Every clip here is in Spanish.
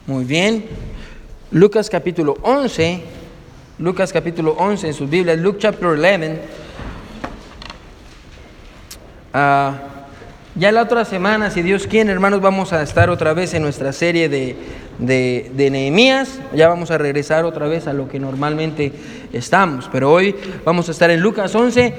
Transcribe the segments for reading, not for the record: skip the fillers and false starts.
Muy bien. Lucas capítulo 11. Lucas capítulo 11 en sus Biblias. Luke chapter 11. Ya la otra semana, si Dios quiere, hermanos, vamos a estar otra vez en nuestra serie de Nehemías. Ya vamos a regresar otra vez a lo que normalmente estamos. Pero hoy vamos a estar en Lucas 11.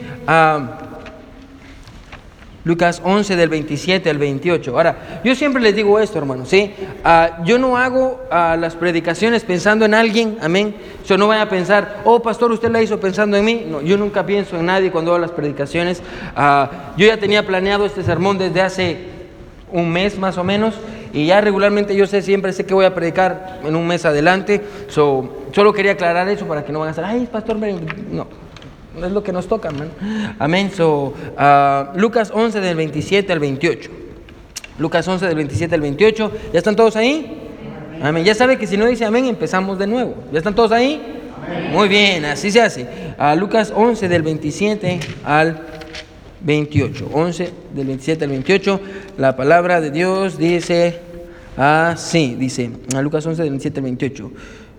Lucas 11 del 27 al 28. Ahora, yo siempre les digo esto, hermanos, ¿sí? Yo no hago las predicaciones pensando en alguien, amén. Yo no vaya a pensar, oh pastor, usted la hizo pensando en mí. No, yo nunca pienso en nadie cuando hago las predicaciones. Yo ya tenía planeado este sermón desde hace un mes más o menos, y ya regularmente yo siempre sé que voy a predicar en un mes adelante. Solo quería aclarar eso para que no van a estar, ay pastor, no es lo que nos toca, amén. Amén. Lucas 11 del 27 al 28. Lucas 11 del 27 al 28. ¿Ya están todos ahí? Amén. Ya sabe que si no dice amén, empezamos de nuevo. ¿Ya están todos ahí? Amén. Muy bien, así se hace. Lucas 11 del 27 al 28. 11 del 27 al 28. La palabra de Dios dice así. Dice, Lucas 11 del 27 al 28.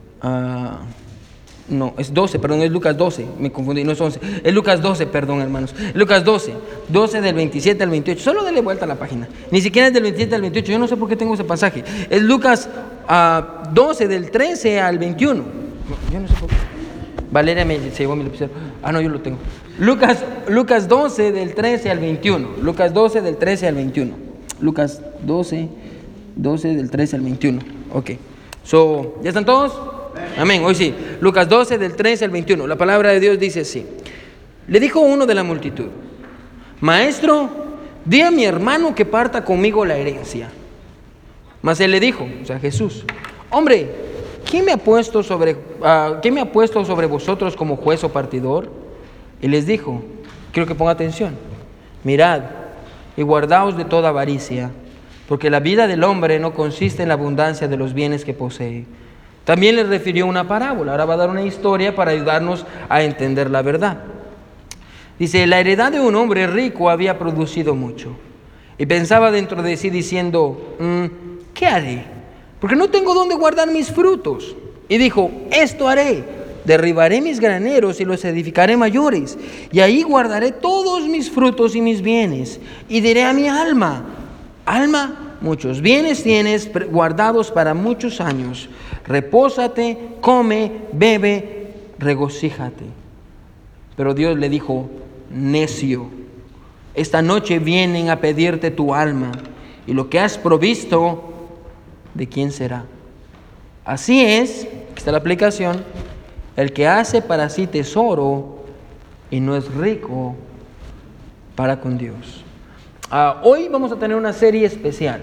No, es 12, perdón, es Lucas 12, me confundí, no es 11, es Lucas 12, perdón, hermanos, Lucas 12 del 27 al 28, solo dele vuelta a la página, ni siquiera es del 27 al 28, yo no sé por qué tengo ese pasaje, es Lucas 12 del 13 al 21, yo no sé por qué, Valeria me llevó mi lapicero, no, yo lo tengo, Lucas 12 del 13 al 21, Lucas 12 del 13 al 21, Lucas 12 del 13 al 21, ok, ¿ya están todos? Amén, hoy sí. Lucas 12 del 13 al 21. La palabra de Dios dice así. Le dijo uno de la multitud: Maestro, di a mi hermano que parta conmigo la herencia. Mas él le dijo, o sea Jesús: Hombre, ¿quién me ha puesto sobre vosotros como juez o partidor? Y les dijo, quiero que ponga atención: Mirad y guardaos de toda avaricia, porque la vida del hombre no consiste en la abundancia de los bienes que posee. También les refirió una parábola. Ahora va a dar una historia para ayudarnos a entender la verdad. Dice, la heredad de un hombre rico había producido mucho. Y pensaba dentro de sí diciendo, ¿qué haré? Porque no tengo dónde guardar mis frutos. Y dijo, esto haré. Derribaré mis graneros y los edificaré mayores. Y ahí guardaré todos mis frutos y mis bienes. Y diré a mi alma, alma, muchos bienes tienes guardados para muchos años. Repósate, come, bebe, regocíjate. Pero Dios le dijo, necio, esta noche vienen a pedirte tu alma, y lo que has provisto, ¿de quién será? Así es, aquí está la aplicación, el que hace para sí tesoro y no es rico para con Dios. Hoy vamos a tener una serie especial.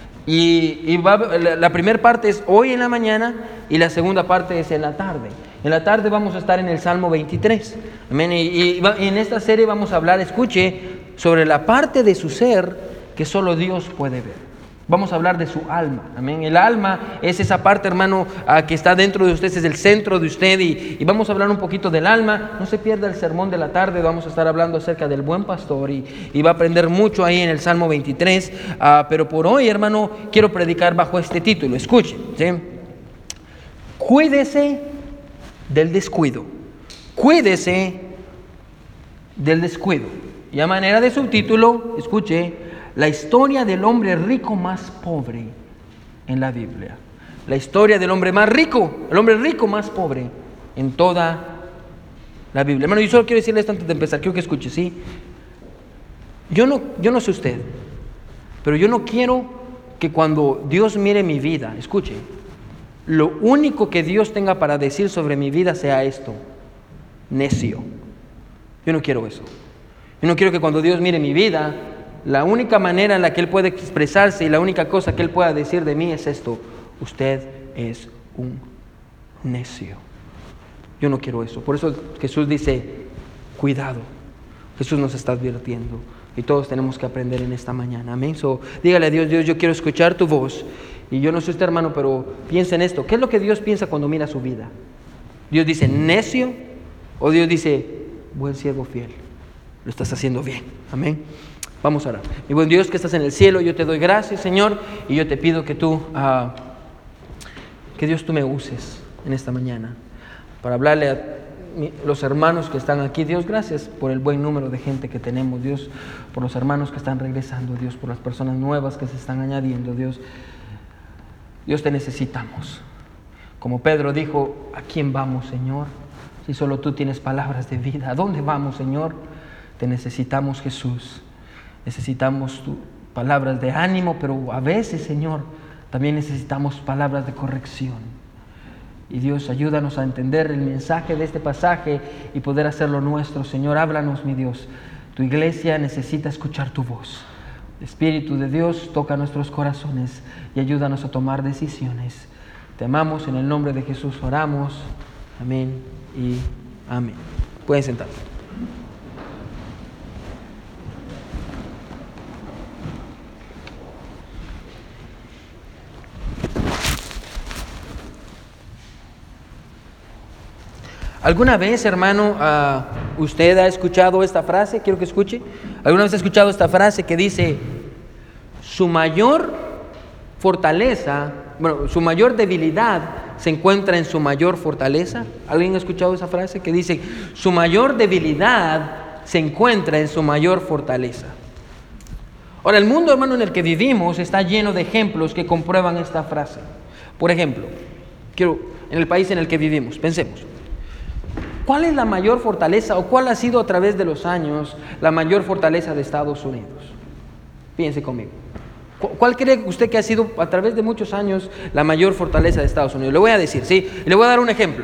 La primera parte es hoy en la mañana y la segunda parte es en la tarde. En la tarde vamos a estar en el Salmo 23. Amén. Y en esta serie vamos a hablar, escuche, sobre la parte de su ser que solo Dios puede ver. Vamos a hablar de su alma. Amén. El alma es esa parte, hermano, que está dentro de usted, es el centro de usted. Y vamos a hablar un poquito del alma. No se pierda el sermón de la tarde. Vamos a estar hablando acerca del buen pastor. Y va a aprender mucho ahí en el Salmo 23. Pero por hoy, hermano, quiero predicar bajo este título. Escuche, ¿sí? Cuídese del descuido. Cuídese del descuido. Y a manera de subtítulo, escuche, la historia del hombre rico más pobre en la Biblia. La historia del hombre más rico, el hombre rico más pobre en toda la Biblia. Hermano, yo solo quiero decirle esto antes de empezar, quiero que escuche, ¿sí? Yo no sé usted, pero yo no quiero que cuando Dios mire mi vida, escuche, lo único que Dios tenga para decir sobre mi vida sea esto: necio. Yo no quiero eso. Yo no quiero que cuando Dios mire mi vida, la única manera en la que Él puede expresarse y la única cosa que Él pueda decir de mí es esto: usted es un necio. Yo no quiero eso. Por eso Jesús dice, cuidado. Jesús nos está advirtiendo y todos tenemos que aprender en esta mañana. Amén. Dígale a Dios, Dios, yo quiero escuchar tu voz. Y yo no sé usted, hermano, pero piensa en esto. ¿Qué es lo que Dios piensa cuando mira su vida? ¿Dios dice necio? ¿O Dios dice, buen siervo fiel, lo estás haciendo bien? Amén. Vamos a orar. Mi buen Dios que estás en el cielo, yo te doy gracias, Señor, y yo te pido que tú que Dios tú me uses en esta mañana para hablarle a los hermanos que están aquí. Dios, gracias por el buen número de gente que tenemos, Dios, por los hermanos que están regresando, Dios, por las personas nuevas que se están añadiendo, Dios. Dios, te necesitamos. Como Pedro dijo, ¿a quién vamos, Señor? Si solo tú tienes palabras de vida. ¿A dónde vamos, Señor? Te necesitamos, Jesús. Necesitamos tus palabras de ánimo, pero a veces, Señor, también necesitamos palabras de corrección. Y Dios, ayúdanos a entender el mensaje de este pasaje y poder hacerlo nuestro. Señor, háblanos, mi Dios. Tu iglesia necesita escuchar tu voz. Espíritu de Dios, toca nuestros corazones y ayúdanos a tomar decisiones. Te amamos, en el nombre de Jesús oramos. Amén y amén. Pueden sentarse. ¿Alguna vez, hermano, usted ha escuchado esta frase? Quiero que escuche. ¿Alguna vez ha escuchado esta frase que dice, su mayor fortaleza, su mayor debilidad se encuentra en su mayor fortaleza? ¿Alguien ha escuchado esa frase que dice, su mayor debilidad se encuentra en su mayor fortaleza? Ahora, el mundo, hermano, en el que vivimos está lleno de ejemplos que comprueban esta frase. Por ejemplo, en el país en el que vivimos, pensemos. ¿Cuál es la mayor fortaleza o cuál ha sido a través de los años la mayor fortaleza de Estados Unidos? Piense conmigo. ¿Cuál cree usted que ha sido a través de muchos años la mayor fortaleza de Estados Unidos? Le voy a decir, ¿sí? Y le voy a dar un ejemplo.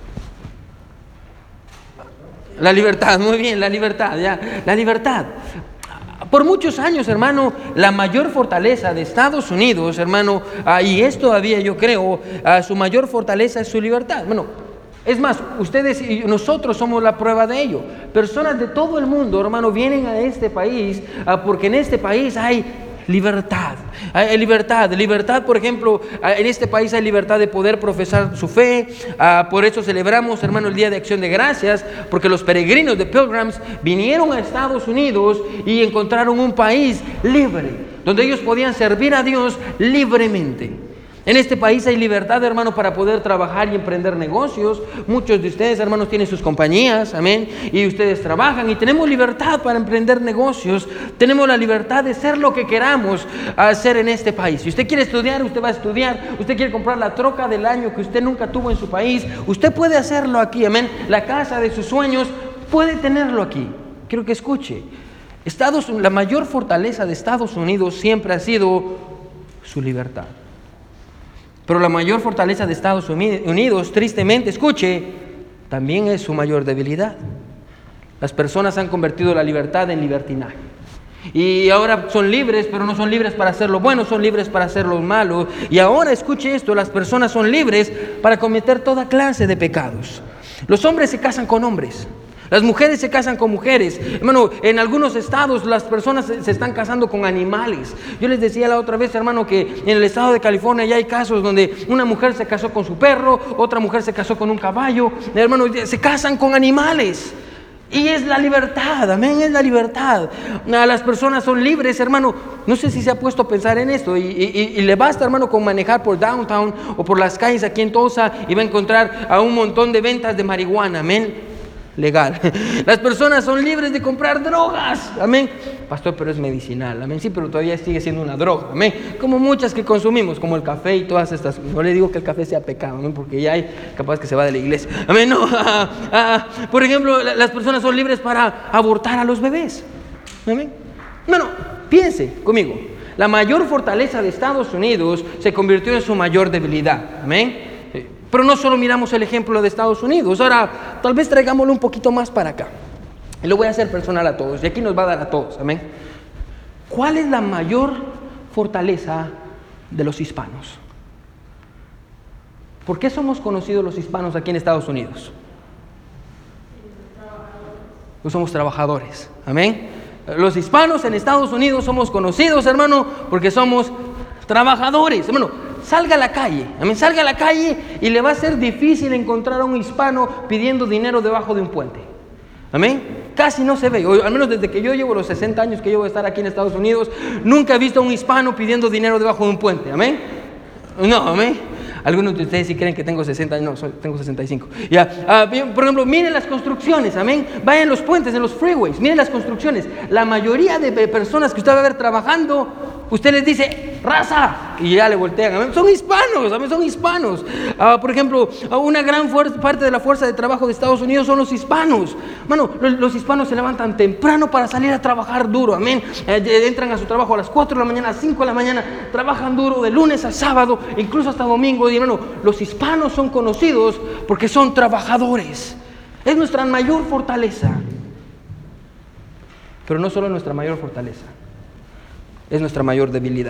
La libertad, muy bien, la libertad, ya. La libertad. Por muchos años, hermano, la mayor fortaleza de Estados Unidos, hermano, y es todavía, yo creo, su mayor fortaleza es su libertad. Bueno, es más, ustedes y nosotros somos la prueba de ello. Personas de todo el mundo, hermano, vienen a este país porque en este país hay libertad. Hay libertad, por ejemplo, en este país hay libertad de poder profesar su fe. Por eso celebramos, hermano, el Día de Acción de Gracias, porque los peregrinos de Pilgrims vinieron a Estados Unidos y encontraron un país libre, donde ellos podían servir a Dios libremente. En este país hay libertad, hermano, para poder trabajar y emprender negocios. Muchos de ustedes, hermanos, tienen sus compañías, amén, y ustedes trabajan y tenemos libertad para emprender negocios. Tenemos la libertad de ser lo que queramos hacer en este país. Si usted quiere estudiar, usted va a estudiar. Usted quiere comprar la troca del año que usted nunca tuvo en su país, usted puede hacerlo aquí, amén. La casa de sus sueños, puede tenerlo aquí. Quiero que escuche. La mayor fortaleza de Estados Unidos siempre ha sido su libertad. Pero la mayor fortaleza de Estados Unidos, tristemente, escuche, también es su mayor debilidad. Las personas han convertido la libertad en libertinaje. Y ahora son libres, pero no son libres para hacer lo bueno, son libres para hacer lo malo. Y ahora, escuche esto, las personas son libres para cometer toda clase de pecados. Los hombres se casan con hombres. Las mujeres se casan con mujeres. Hermano, en algunos estados las personas se están casando con animales. Yo les decía la otra vez, hermano, que en el estado de California ya hay casos donde una mujer se casó con su perro, otra mujer se casó con un caballo. Hermano, se casan con animales. Y es la libertad, amén, es la libertad. Las personas son libres, hermano. No sé si se ha puesto a pensar en esto y le basta, hermano, con manejar por downtown o por las calles aquí en Tulsa y va a encontrar a un montón de ventas de marihuana, amén. Legal. Las personas son libres de comprar drogas, amén. Pastor, pero es medicinal, amén. Sí, pero todavía sigue siendo una droga, amén. Como muchas que consumimos, como el café y todas estas. No le digo que el café sea pecado, amén, porque ya hay capaz que se va de la iglesia, amén. No. Por ejemplo, las personas son libres para abortar a los bebés, amén. Bueno, piense conmigo. La mayor fortaleza de Estados Unidos se convirtió en su mayor debilidad, amén. Pero no solo miramos el ejemplo de Estados Unidos, ahora tal vez traigámoslo un poquito más para acá. Y lo voy a hacer personal a todos, y aquí nos va a dar a todos, amén. ¿Cuál es la mayor fortaleza de los hispanos? ¿Por qué somos conocidos los hispanos aquí en Estados Unidos? Pues somos trabajadores, amén. Los hispanos en Estados Unidos somos conocidos, hermano, porque somos trabajadores, hermano. Salga a la calle, amén, salga a la calle y le va a ser difícil encontrar a un hispano pidiendo dinero debajo de un puente, amén. Casi no se ve, o al menos desde que yo llevo los 60 años que llevo de estar aquí en Estados Unidos, nunca he visto a un hispano pidiendo dinero debajo de un puente, amén. No, amén. Algunos de ustedes sí creen que tengo 60, no, tengo 65. Ya, por ejemplo, miren las construcciones, amén. Vayan en los puentes, en los freeways, miren las construcciones. La mayoría de personas que usted va a ver trabajando, usted les dice, raza, y ya le voltean, amén. Son hispanos, amén, son hispanos. Por ejemplo, una gran parte de la fuerza de trabajo de Estados Unidos son los hispanos. Mano, los hispanos se levantan temprano para salir a trabajar duro, amén. Entran a su trabajo a las 4 de la mañana, a las 5 de la mañana, trabajan duro de lunes a sábado, incluso hasta domingo. Y hermano, los hispanos son conocidos porque son trabajadores. Es nuestra mayor fortaleza. Pero no solo nuestra mayor fortaleza, es nuestra mayor debilidad.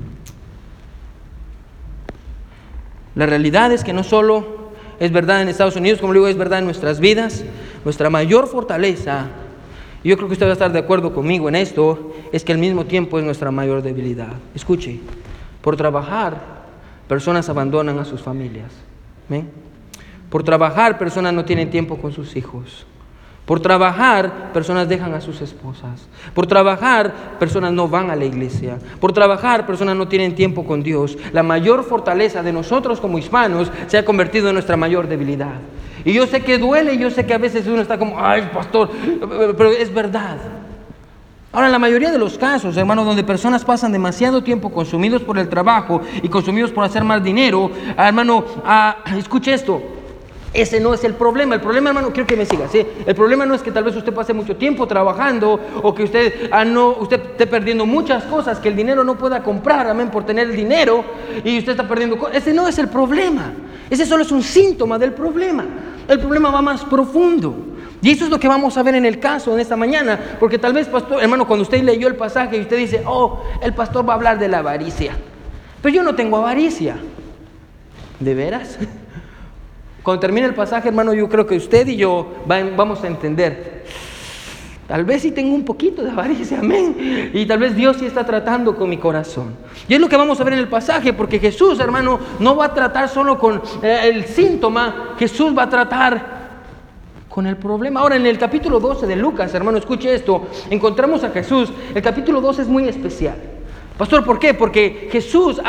La realidad es que no solo es verdad en Estados Unidos, como digo, es verdad en nuestras vidas. Nuestra mayor fortaleza, y yo creo que usted va a estar de acuerdo conmigo en esto, es que al mismo tiempo es nuestra mayor debilidad. Escuche, por trabajar, personas abandonan a sus familias. ¿Ven? Por trabajar, personas no tienen tiempo con sus hijos. Por trabajar, personas dejan a sus esposas. Por trabajar, personas no van a la iglesia. Por trabajar, personas no tienen tiempo con Dios. La mayor fortaleza de nosotros como hispanos se ha convertido en nuestra mayor debilidad. Y yo sé que duele, yo sé que a veces uno está como, ay, pastor, pero es verdad. Ahora, en la mayoría de los casos, hermanos, donde personas pasan demasiado tiempo consumidos por el trabajo y consumidos por hacer más dinero, hermano, escuche esto. Ese no es el problema. El problema, hermano, quiero que me siga, ¿sí? El problema no es que tal vez usted pase mucho tiempo trabajando o que usted esté perdiendo muchas cosas que el dinero no pueda comprar, amén, por tener el dinero y usted está perdiendo cosas. Ese no es el problema. Ese solo es un síntoma del problema. El problema va más profundo. Y eso es lo que vamos a ver en el caso en esta mañana, porque tal vez, pastor, hermano, cuando usted leyó el pasaje y usted dice, oh, el pastor va a hablar de la avaricia. Pero yo no tengo avaricia. ¿De veras? Cuando termine el pasaje, hermano, yo creo que usted y yo vamos a entender. Tal vez sí tengo un poquito de avaricia, amén. Y tal vez Dios sí está tratando con mi corazón. Y es lo que vamos a ver en el pasaje, porque Jesús, hermano, no va a tratar solo con el síntoma, Jesús va a tratar con el problema. Ahora, en el capítulo 12 de Lucas, hermano, escuche esto, encontramos a Jesús. El capítulo 12 es muy especial. Pastor, ¿por qué? Porque Jesús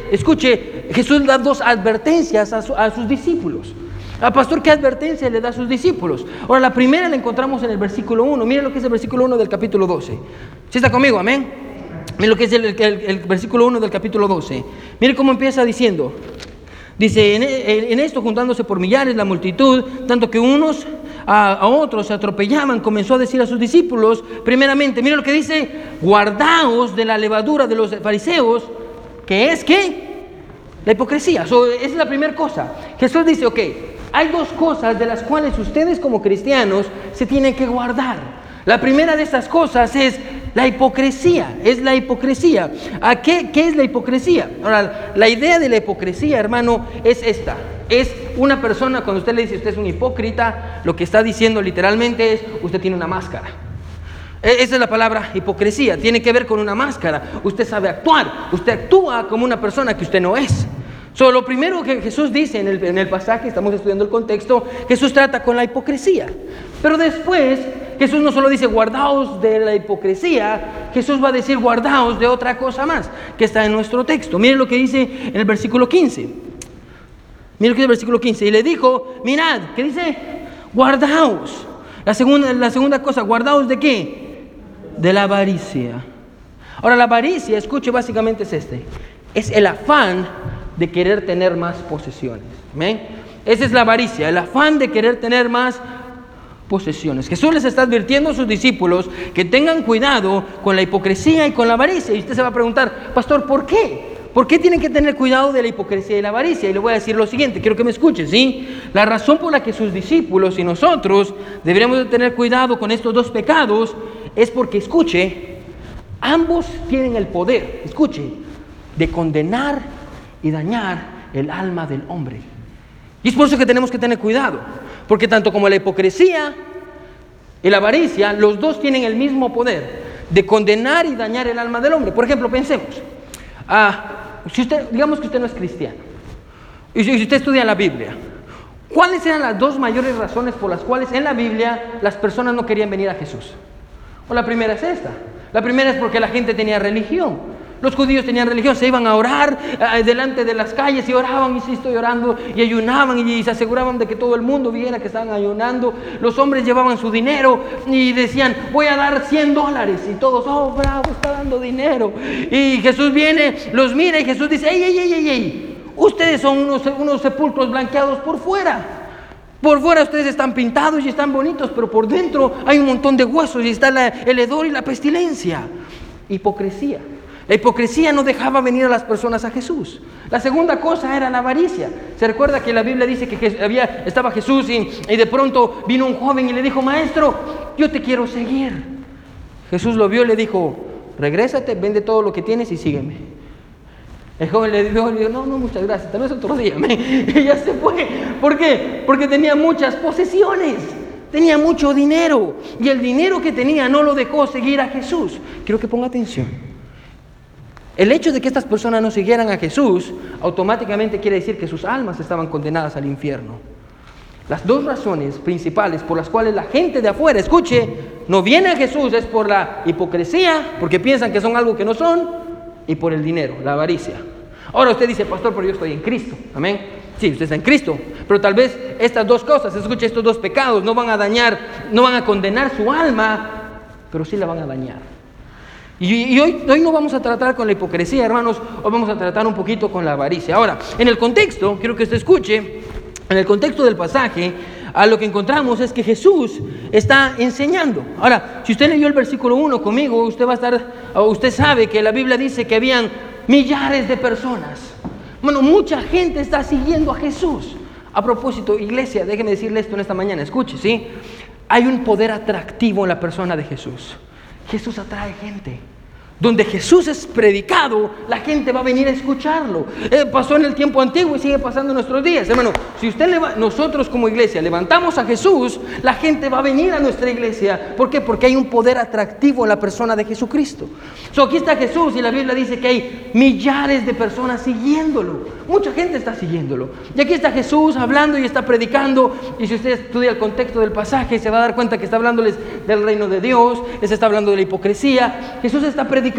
Jesús da dos advertencias a sus discípulos. Pastor, ¿qué advertencia le da a sus discípulos? Ahora, la primera la encontramos en el versículo 1. Miren lo que es el versículo 1 del capítulo 12. ¿Sí está conmigo? Amén. Miren lo que es el versículo 1 del capítulo 12. Miren cómo empieza diciendo. Dice, en esto, juntándose por millares la multitud, tanto que unos a otros se atropellaban, comenzó a decir a sus discípulos, primeramente, mira lo que dice, guardaos de la levadura de los fariseos, que es ¿qué? La hipocresía. Esa es la primera cosa. Jesús dice, ok, hay dos cosas de las cuales ustedes como cristianos se tienen que guardar. La primera de estas cosas es la hipocresía, es la hipocresía. ¿Qué es la hipocresía? Ahora, la idea de la hipocresía, hermano, es esta. Es una persona, cuando usted le dice usted es un hipócrita, lo que está diciendo literalmente es usted tiene una máscara. Esa es la palabra hipocresía, tiene que ver con una máscara. Usted sabe actuar, usted actúa como una persona que usted no es. Lo primero que Jesús dice en el pasaje, estamos estudiando el contexto, Jesús trata con la hipocresía. Pero después, Jesús no solo dice guardaos de la hipocresía, Jesús va a decir guardaos de otra cosa más, que está en nuestro texto. Miren lo que dice en el versículo 15. Miren lo que dice el versículo 15. Y le dijo, mirad, ¿qué dice? Guardaos. La segunda cosa, guardaos ¿de qué? De la avaricia. Ahora, la avaricia, escuche, básicamente es el afán de querer tener más posesiones. ¿Amén? Esa es la avaricia, el afán de querer tener más posesiones. Jesús les está advirtiendo a sus discípulos que tengan cuidado con la hipocresía y con la avaricia. Y usted se va a preguntar, pastor, ¿por qué? ¿Por qué tienen que tener cuidado de la hipocresía y la avaricia? Y le voy a decir lo siguiente, quiero que me escuchen, ¿sí? La razón por la que sus discípulos y nosotros deberíamos de tener cuidado con estos dos pecados es porque, escuche, ambos tienen el poder, escuche, de condenar y dañar el alma del hombre. Y es por eso que tenemos que tener cuidado, porque tanto como la hipocresía y la avaricia, los dos tienen el mismo poder de condenar y dañar el alma del hombre. Por ejemplo, pensemos, digamos que usted no es cristiano, y si usted estudia la Biblia, ¿cuáles eran las dos mayores razones por las cuales en la Biblia las personas no querían venir a Jesús? La primera es esta. La primera es porque la gente tenía religión. Los judíos tenían religión, se iban a orar delante de las calles y oraban, y sí, estoy orando, y ayunaban y se aseguraban de que todo el mundo viera que estaban ayunando. Los hombres llevaban su dinero y decían, voy a dar $100, y todos, oh, bravo, está dando dinero. Y Jesús viene, los mira y Jesús dice, ey, ustedes son unos sepulcros blanqueados por fuera. Por fuera ustedes están pintados y están bonitos, pero por dentro hay un montón de huesos y está el hedor y la pestilencia. Hipocresía. La hipocresía no dejaba venir a las personas a Jesús. La segunda cosa era la avaricia. Se recuerda que la Biblia dice que estaba Jesús y de pronto vino un joven y le dijo, maestro, yo te quiero seguir. Jesús lo vio y le dijo, regrésate, vende todo lo que tienes y sígueme. El joven le dijo, no, muchas gracias, tal vez otro día. Y ya se fue. ¿Por qué? Porque tenía muchas posesiones. Tenía mucho dinero. Y el dinero que tenía no lo dejó seguir a Jesús. Quiero que ponga atención. El hecho de que estas personas no siguieran a Jesús automáticamente quiere decir que sus almas estaban condenadas al infierno. Las dos razones principales por las cuales la gente de afuera, escuche, no viene a Jesús es por la hipocresía, porque piensan que son algo que no son, y por el dinero, la avaricia. Ahora usted dice, pastor, pero yo estoy en Cristo, amén. Sí, usted está en Cristo, pero tal vez estas dos cosas, escuche, estos dos pecados no van a dañar, no van a condenar su alma, pero sí la van a dañar. Y hoy no vamos a tratar con la hipocresía, hermanos, hoy vamos a tratar un poquito con la avaricia. Ahora, en el contexto, quiero que usted escuche, en el contexto del pasaje, a lo que encontramos es que Jesús está enseñando. Ahora, si usted leyó el versículo 1 conmigo, usted sabe que la Biblia dice que habían millares de personas. Bueno, mucha gente está siguiendo a Jesús. A propósito, iglesia, déjeme decirle esto en esta mañana, escuche, ¿sí? Hay un poder atractivo en la persona de Jesús. Jesús atrae gente. Donde Jesús es predicado, la gente va a venir a escucharlo. Pasó en el tiempo antiguo y sigue pasando en nuestros días. Hermano, si nosotros como iglesia levantamos a Jesús, la gente va a venir a nuestra iglesia. ¿Por qué? Porque hay un poder atractivo en la persona de Jesucristo. Aquí está Jesús y la Biblia dice que hay millares de personas siguiéndolo. Mucha gente está siguiéndolo. Y aquí está Jesús hablando y está predicando. Y si usted estudia el contexto del pasaje, se va a dar cuenta que está hablándoles del reino de Dios, les está hablando de la hipocresía. Jesús está predicando.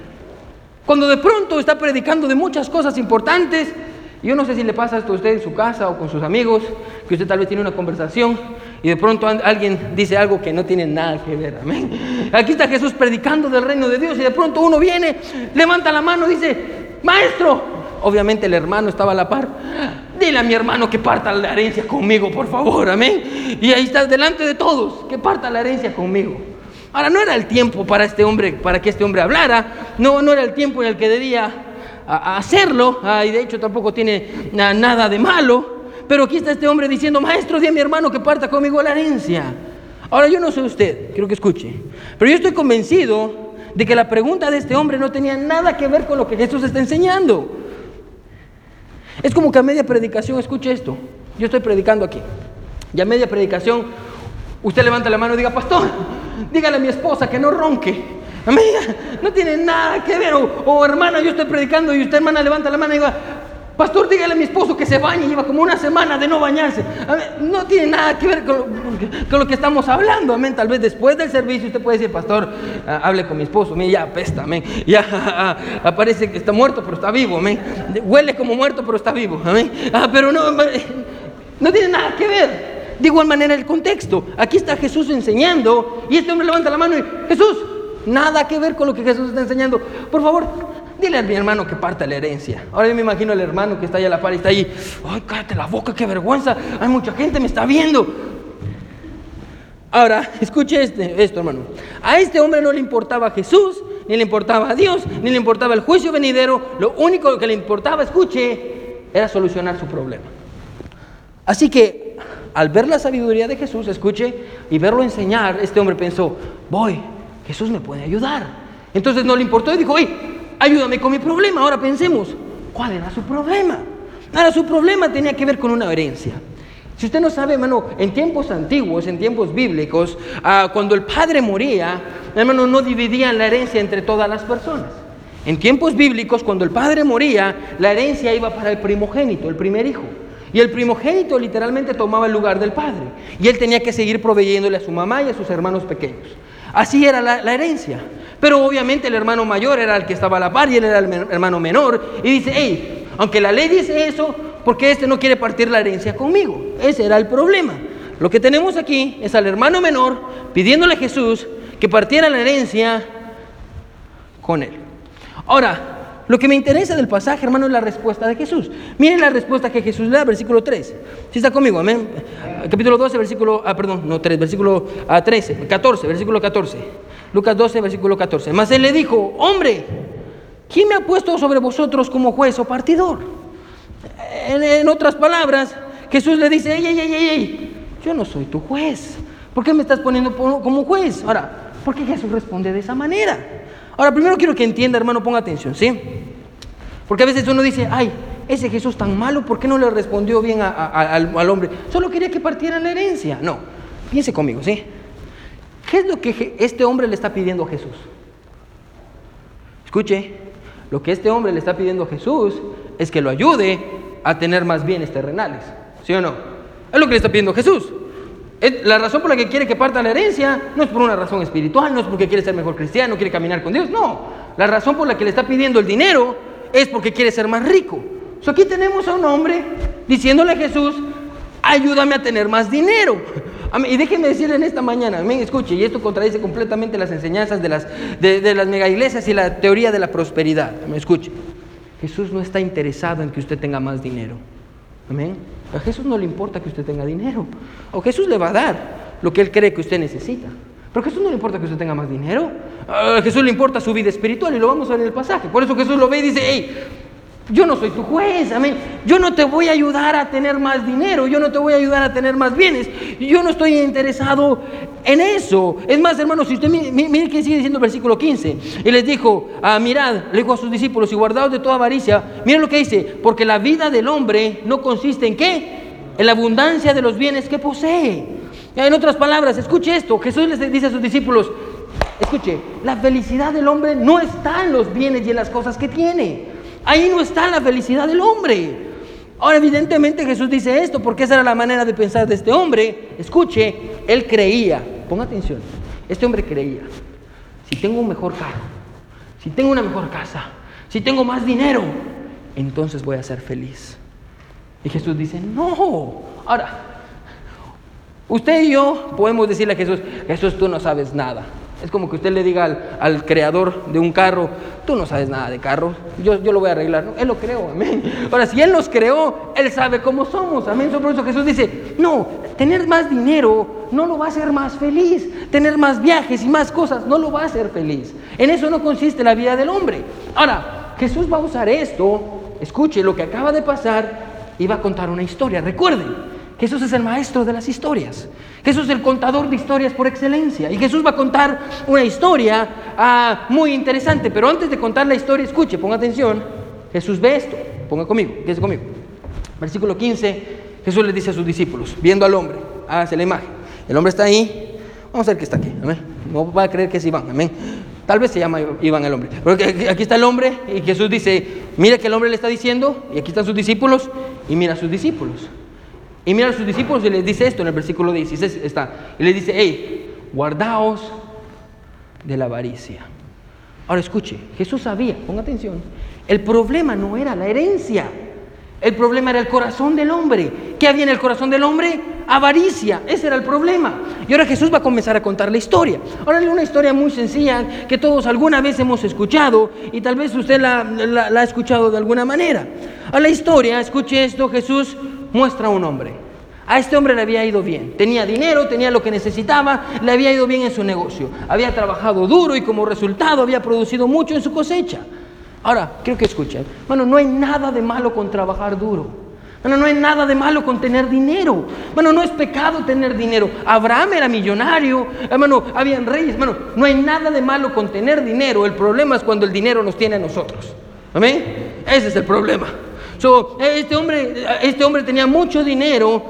Cuando de pronto está predicando de muchas cosas importantes, yo no sé si le pasa esto a usted en su casa o con sus amigos, que usted tal vez tiene una conversación y de pronto alguien dice algo que no tiene nada que ver, amén. Aquí está Jesús predicando del reino de Dios y de pronto uno viene, levanta la mano y dice, maestro, obviamente el hermano estaba a la par, dile a mi hermano que parta la herencia conmigo, por favor, amén. Y ahí está delante de todos, que parta la herencia conmigo. Ahora, no era el tiempo para que este hombre hablara, no era el tiempo en el que debía hacerlo, y de hecho tampoco tiene nada de malo, pero aquí está este hombre diciendo, maestro, di a mi hermano que parta conmigo la herencia. Ahora, yo no sé usted, quiero que escuche, pero yo estoy convencido de que la pregunta de este hombre no tenía nada que ver con lo que Jesús está enseñando. Es como que a media predicación, escuche esto, yo estoy predicando aquí, y a media predicación usted levanta la mano y diga, pastor, dígale a mi esposa que no ronque. Amiga, no tiene nada que ver. O hermana, yo estoy predicando y usted, hermana, levanta la mano y diga, pastor, dígale a mi esposo que se bañe. Lleva como una semana de no bañarse. No tiene nada que ver con lo que estamos hablando. Amén. Tal vez después del servicio usted puede decir, pastor, hable con mi esposo. Amén. Ya apesta. Amén. Ya parece que está muerto, pero está vivo. Amén. Huele como muerto, pero está vivo. Amén. Pero no tiene nada que ver. De igual manera el contexto. Aquí está Jesús enseñando y este hombre levanta la mano y Jesús, nada que ver con lo que Jesús está enseñando. Por favor, dile a mi hermano que parta la herencia. Ahora yo me imagino al hermano que está ahí a la par y está ahí. Ay, cállate la boca, qué vergüenza. Hay mucha gente, me está viendo. Ahora, escuche esto, hermano. A este hombre no le importaba Jesús, ni le importaba a Dios, ni le importaba el juicio venidero. Lo único que le importaba, escuche, era solucionar su problema. Así que al ver la sabiduría de Jesús, escuche, y verlo enseñar, este hombre pensó, Jesús me puede ayudar. Entonces no le importó y dijo, ayúdame con mi problema. Ahora pensemos, ¿cuál era su problema? Ahora su problema tenía que ver con una herencia. Si usted no sabe, hermano, en tiempos antiguos, en tiempos bíblicos, cuando el padre moría, hermano, no dividían la herencia entre todas las personas. En tiempos bíblicos, cuando el padre moría, la herencia iba para el primogénito, el primer hijo. Y el primogénito literalmente tomaba el lugar del padre. Y él tenía que seguir proveyéndole a su mamá y a sus hermanos pequeños. Así era la herencia. Pero obviamente el hermano mayor era el que estaba a la par y él era el hermano menor. Y dice, hey, aunque la ley dice eso, ¿por qué este no quiere partir la herencia conmigo? Ese era el problema. Lo que tenemos aquí es al hermano menor pidiéndole a Jesús que partiera la herencia con él. Ahora, lo que me interesa del pasaje, hermano, es la respuesta de Jesús. Miren la respuesta que Jesús le da, versículo 3. ¿Sí está conmigo? Amén. Capítulo 12, versículo, versículo 14, versículo 14. Lucas 12, versículo 14. Mas él le dijo, hombre, ¿quién me ha puesto sobre vosotros como juez o partidor? En otras palabras, Jesús le dice, ey, yo no soy tu juez. ¿Por qué me estás poniendo como juez? Ahora, ¿por qué Jesús responde de esa manera? Ahora, primero quiero que entienda, hermano, ponga atención, ¿sí? Porque a veces uno dice, ay, ese Jesús tan malo, ¿por qué no le respondió bien al hombre? Solo quería que partiera la herencia. No, piense conmigo, ¿sí? ¿Qué es lo que este hombre le está pidiendo a Jesús? Escuche, lo que este hombre le está pidiendo a Jesús es que lo ayude a tener más bienes terrenales, ¿sí o no? Es lo que le está pidiendo Jesús. La razón por la que quiere que parta la herencia no es por una razón espiritual, no es porque quiere ser mejor cristiano, quiere caminar con Dios, no. La razón por la que le está pidiendo el dinero es porque quiere ser más rico. Aquí tenemos a un hombre diciéndole a Jesús, ayúdame a tener más dinero. Y déjenme decirle en esta mañana, amén, escuche, y esto contradice completamente las enseñanzas de las megaiglesias y la teoría de la prosperidad. Amén, escuche, Jesús no está interesado en que usted tenga más dinero. Amén. A Jesús no le importa que usted tenga dinero. O Jesús le va a dar lo que Él cree que usted necesita. Pero a Jesús no le importa que usted tenga más dinero. A Jesús le importa su vida espiritual y lo vamos a ver en el pasaje. Por eso Jesús lo ve y dice, hey, yo no soy tu juez, amén. Yo no te voy a ayudar a tener más dinero, yo no te voy a ayudar a tener más bienes. Yo no estoy interesado en eso. Es más, hermanos, si usted mire que sigue diciendo el versículo 15. Y les dijo, mirad, le dijo a sus discípulos, y guardaos de toda avaricia. Miren lo que dice, porque la vida del hombre no consiste en ¿qué? En la abundancia de los bienes que posee. En otras palabras, escuche esto, Jesús les dice a sus discípulos, escuche, la felicidad del hombre no está en los bienes y en las cosas que tiene. Ahí no está la felicidad del hombre. Ahora, evidentemente Jesús dice esto porque esa era la manera de pensar de este hombre. Escuche, él creía, ponga atención, este hombre creía, si tengo un mejor carro, si tengo una mejor casa, si tengo más dinero, entonces voy a ser feliz. Y Jesús dice, no. Ahora, usted y yo podemos decirle a Jesús, Jesús, tú no sabes nada. Es como que usted le diga al creador de un carro, tú no sabes nada de carros, yo lo voy a arreglar, ¿no? Él lo creó, amén. Ahora, si Él nos creó, Él sabe cómo somos, amén. Por eso Jesús dice, no, tener más dinero no lo va a hacer más feliz. Tener más viajes y más cosas no lo va a hacer feliz. En eso no consiste la vida del hombre. Ahora, Jesús va a usar esto, escuche lo que acaba de pasar y va a contar una historia. Recuerden, Jesús es el maestro de las historias. Jesús es el contador de historias por excelencia. Y Jesús va a contar una historia muy interesante. Pero antes de contar la historia, escuche, ponga atención. Jesús ve esto. Ponga conmigo, quédese conmigo. Versículo 15, Jesús le dice a sus discípulos, viendo al hombre, hágase la imagen. El hombre está ahí. Vamos a ver que está aquí. Amén. No va a creer que es Iván. Amén. Tal vez se llama Iván el hombre. Pero aquí está el hombre y Jesús dice, mira que el hombre le está diciendo, y aquí están sus discípulos, y mira a sus discípulos. Y mira a sus discípulos y les dice esto en el versículo 16 está. Y les dice, hey, guardaos de la avaricia. Ahora escuche, Jesús sabía, ponga atención, el problema no era la herencia. El problema era el corazón del hombre. ¿Qué había en el corazón del hombre? Avaricia. Ese era el problema. Y ahora Jesús va a comenzar a contar la historia. Ahora una historia muy sencilla que todos alguna vez hemos escuchado y tal vez usted la ha escuchado de alguna manera. A la historia, escuche esto, Jesús muestra a un hombre. A este hombre le había ido bien. Tenía dinero, tenía lo que necesitaba, le había ido bien en su negocio. Había trabajado duro y como resultado había producido mucho en su cosecha. Ahora, quiero que escuchen, bueno, no hay nada de malo con trabajar duro. Bueno, no hay nada de malo con tener dinero. Bueno, no es pecado tener dinero. Abraham era millonario. Hermano, habían reyes. Bueno, no hay nada de malo con tener dinero. El problema es cuando el dinero nos tiene a nosotros. ¿Amén? Ese es el problema. Este hombre tenía mucho dinero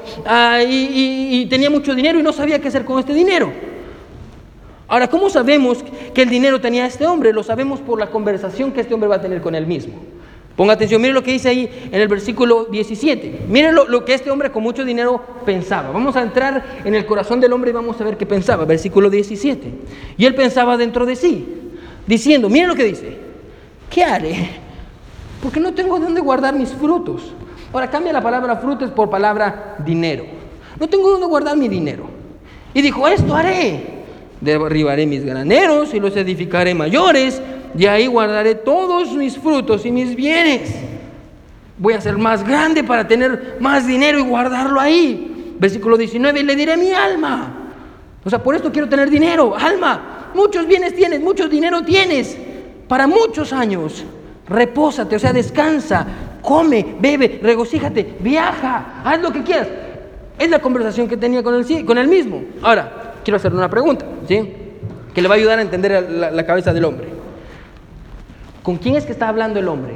y tenía mucho dinero y no sabía qué hacer con este dinero. Ahora, ¿cómo sabemos que el dinero tenía este hombre? Lo sabemos por la conversación que este hombre va a tener con él mismo. Ponga atención, mire lo que dice ahí en el versículo 17. Miren lo que este hombre con mucho dinero pensaba. Vamos a entrar en el corazón del hombre y vamos a ver qué pensaba. Versículo 17. Y él pensaba dentro de sí, diciendo, miren lo que dice: ¿qué haré? Porque no tengo dónde guardar mis frutos. Ahora cambia la palabra frutos por palabra dinero. No tengo dónde guardar mi dinero. Y dijo, esto haré: derribaré mis graneros y los edificaré mayores, y ahí guardaré todos mis frutos y mis bienes. Voy a ser más grande para tener más dinero y guardarlo ahí. Versículo 19, y le diré a mi alma. O sea, por esto quiero tener dinero. Alma, muchos bienes tienes, mucho dinero tienes, para muchos años. Repósate, o sea, descansa, come, bebe, regocíjate, viaja, haz lo que quieras. Es la conversación que tenía con él mismo. Ahora, quiero hacerle una pregunta, ¿sí?, que le va a ayudar a entender la cabeza del hombre. ¿Con quién es que está hablando el hombre?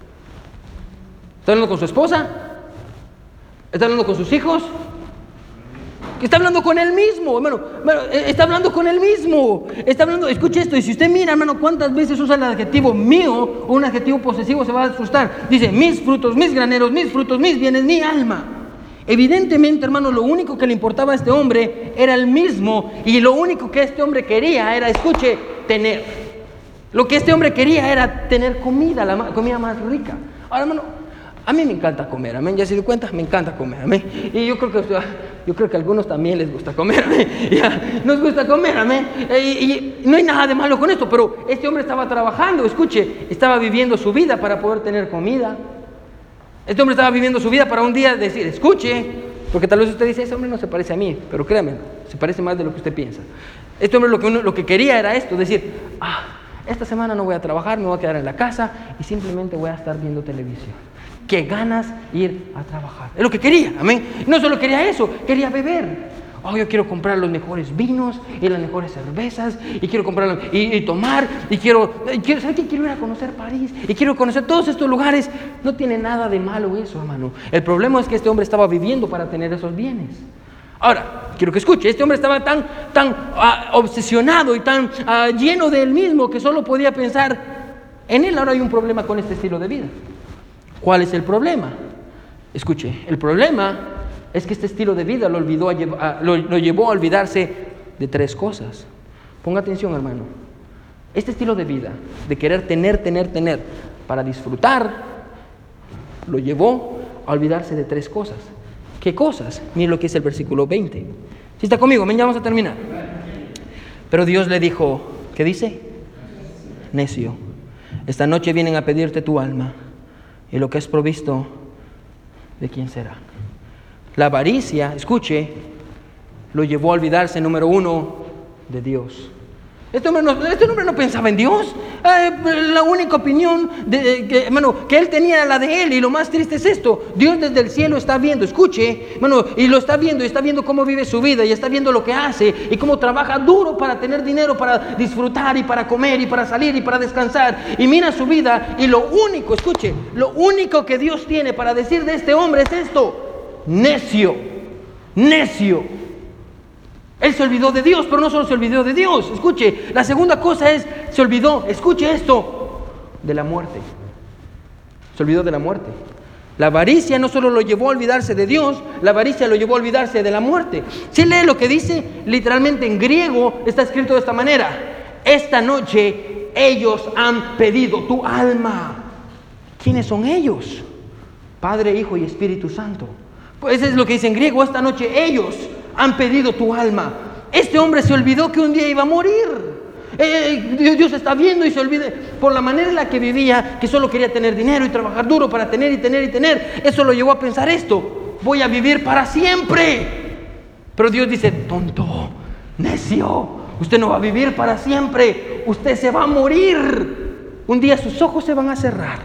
¿Está hablando con su esposa? ¿Está hablando con sus hijos? Está hablando con él mismo, hermano. Está hablando con él mismo. Está hablando, escuche esto, y si usted mira, hermano, cuántas veces usa el adjetivo mío o un adjetivo posesivo, se va a asustar. Dice, mis frutos, mis graneros, mis frutos, mis bienes, mi alma. Evidentemente, hermano, lo único que le importaba a este hombre era el mismo, y lo único que este hombre quería era, escuche, tener. Lo que este hombre quería era tener comida, la comida más rica. Ahora, hermano, a mí me encanta comer, amén. ¿Ya se dio cuenta? Me encanta comer, amén. Y yo creo que a algunos también les gusta comer, amén. Ya, nos gusta comer, amén. Y no hay nada de malo con esto, pero este hombre estaba trabajando, escuche, estaba viviendo su vida para poder tener comida. Este hombre estaba viviendo su vida para un día decir, escuche, porque tal vez usted dice, ese hombre no se parece a mí, pero créame, se parece más de lo que usted piensa. Este hombre lo que quería era esto, decir, esta semana no voy a trabajar, me voy a quedar en la casa y simplemente voy a estar viendo televisión. Qué ganas ir a trabajar. Es lo que quería, amén. No solo quería eso, quería beber. Yo quiero comprar los mejores vinos y las mejores cervezas, y quiero comprarlos y tomar, y ¿sabe qué? Quiero ir a conocer París, y quiero conocer todos estos lugares. No tiene nada de malo eso, hermano. El problema es que este hombre estaba viviendo para tener esos bienes. Ahora, quiero que escuche, este hombre estaba tan obsesionado y tan lleno de él mismo que solo podía pensar en él. Ahora hay un problema con este estilo de vida. ¿Cuál es el problema? Escuche, el problema es que este estilo de vida lo llevó a olvidarse de tres cosas. Ponga atención, hermano. Este estilo de vida, de querer tener para disfrutar, lo llevó a olvidarse de tres cosas. ¿Qué cosas? Mire lo que es el versículo 20. ¿Sí está conmigo? Ya vamos a terminar. Pero Dios le dijo, ¿qué dice? Necio, esta noche vienen a pedirte tu alma, y lo que has provisto, ¿de quién será? La avaricia, escuche, lo llevó a olvidarse, número uno, de Dios. Este hombre no pensaba en Dios. La única opinión que él tenía era la de él. Y lo más triste es esto: Dios desde el cielo está viendo, escuche, y lo está viendo, y está viendo cómo vive su vida, y está viendo lo que hace, y cómo trabaja duro para tener dinero, para disfrutar, y para comer, y para salir, y para descansar. Y mira su vida, y lo único, escuche, lo único que Dios tiene para decir de este hombre es esto: necio, necio. Él se olvidó de Dios, pero no solo se olvidó de Dios. Escuche, la segunda cosa es, se olvidó, escuche esto, de la muerte. Se olvidó de la muerte. La avaricia no solo lo llevó a olvidarse de Dios, la avaricia lo llevó a olvidarse de la muerte. Si lee lo que dice, literalmente en griego está escrito de esta manera: esta noche ellos han pedido tu alma. ¿Quiénes son ellos? Padre, Hijo y Espíritu Santo. Pues eso es lo que dice en griego: esta noche ellos han pedido tu alma. Este hombre se olvidó que un día iba a morir. Dios está viendo y se olvida por la manera en la que vivía, que solo quería tener dinero y trabajar duro para tener y tener y tener. Eso lo llevó a pensar esto: voy a vivir para siempre. Pero Dios dice: tonto, necio, usted no va a vivir para siempre, usted se va a morir. Un día sus ojos se van a cerrar,